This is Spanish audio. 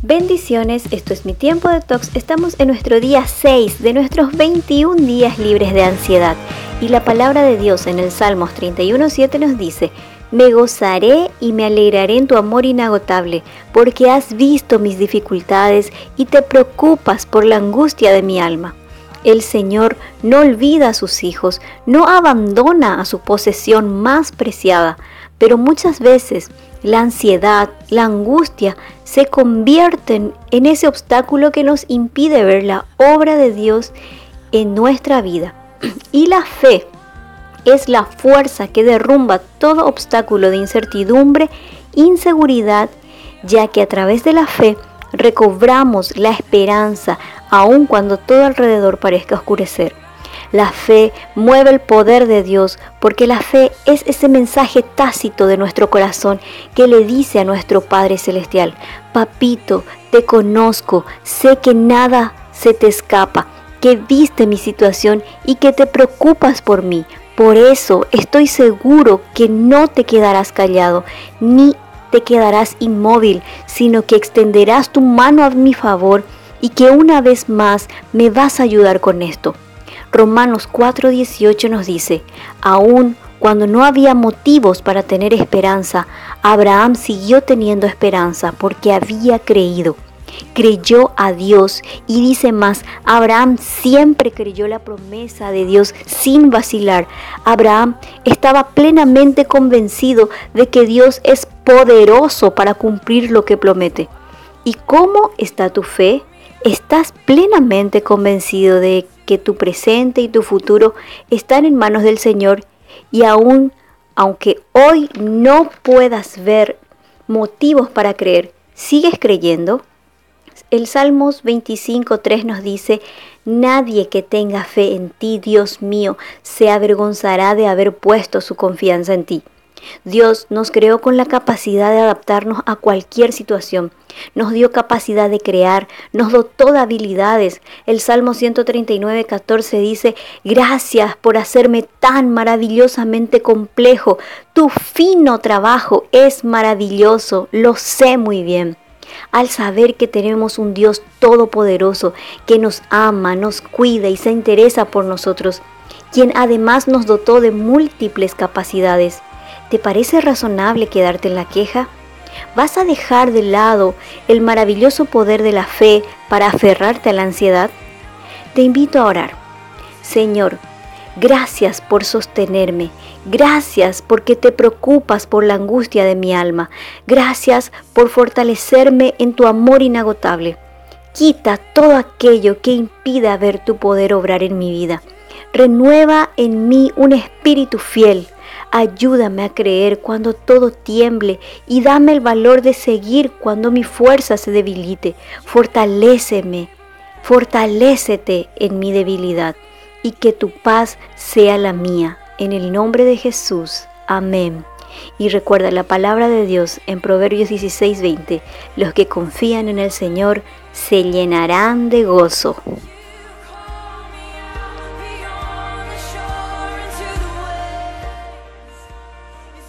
Bendiciones, esto es Mi Tiempo Detox. Estamos en nuestro día 6 de nuestros 21 días libres de ansiedad. Y la palabra de Dios en el Salmos 31:7 nos dice: Me gozaré y me alegraré en tu amor inagotable, porque has visto mis dificultades y te preocupas por la angustia de mi alma. El Señor no olvida a sus hijos, no abandona a su posesión más preciada, pero muchas veces la ansiedad, la angustia se convierten en ese obstáculo que nos impide ver la obra de Dios en nuestra vida. Y la fe es la fuerza que derrumba todo obstáculo de incertidumbre, inseguridad, ya que a través de la fe recobramos la esperanza aun cuando todo alrededor parezca oscurecer. La fe mueve el poder de Dios, porque la fe es ese mensaje tácito de nuestro corazón que le dice a nuestro Padre Celestial: Papito, te conozco, sé que nada se te escapa, que viste mi situación y que te preocupas por mí. Por eso estoy seguro que no te quedarás callado, ni te quedarás inmóvil, sino que extenderás tu mano a mi favor y que una vez más me vas a ayudar con esto. Romanos 4:18 nos dice: aun cuando no había motivos para tener esperanza, Abraham siguió teniendo esperanza porque había creído. Creyó a Dios, y dice más: Abraham siempre creyó la promesa de Dios sin vacilar. Abraham estaba plenamente convencido de que Dios es poderoso para cumplir lo que promete. ¿Y cómo está tu fe? ¿Estás plenamente convencido de que tu presente y tu futuro están en manos del Señor? Y aunque hoy no puedas ver motivos para creer, ¿sigues creyendo? El Salmos 25:3 nos dice: Nadie que tenga fe en ti, Dios mío, se avergonzará de haber puesto su confianza en ti. Dios nos creó con la capacidad de adaptarnos a cualquier situación. Nos dio capacidad de crear, nos dotó de habilidades. El Salmo 139:14 dice: Gracias por hacerme tan maravillosamente complejo. Tu fino trabajo es maravilloso, lo sé muy bien. Al saber que tenemos un Dios todopoderoso que nos ama, nos cuida y se interesa por nosotros, quien además nos dotó de múltiples capacidades, ¿te parece razonable quedarte en la queja? ¿Vas a dejar de lado el maravilloso poder de la fe para aferrarte a la ansiedad? Te invito a orar. Señor, gracias por sostenerme. Gracias porque te preocupas por la angustia de mi alma. Gracias por fortalecerme en tu amor inagotable. Quita todo aquello que impida ver tu poder obrar en mi vida. Renueva en mí un espíritu fiel. Ayúdame a creer cuando todo tiemble y dame el valor de seguir cuando mi fuerza se debilite. Fortaléceme, fortalécete en mi debilidad y que tu paz sea la mía. En el nombre de Jesús. Amén. Y recuerda la palabra de Dios en Proverbios 16:20. Los que confían en el Señor se llenarán de gozo.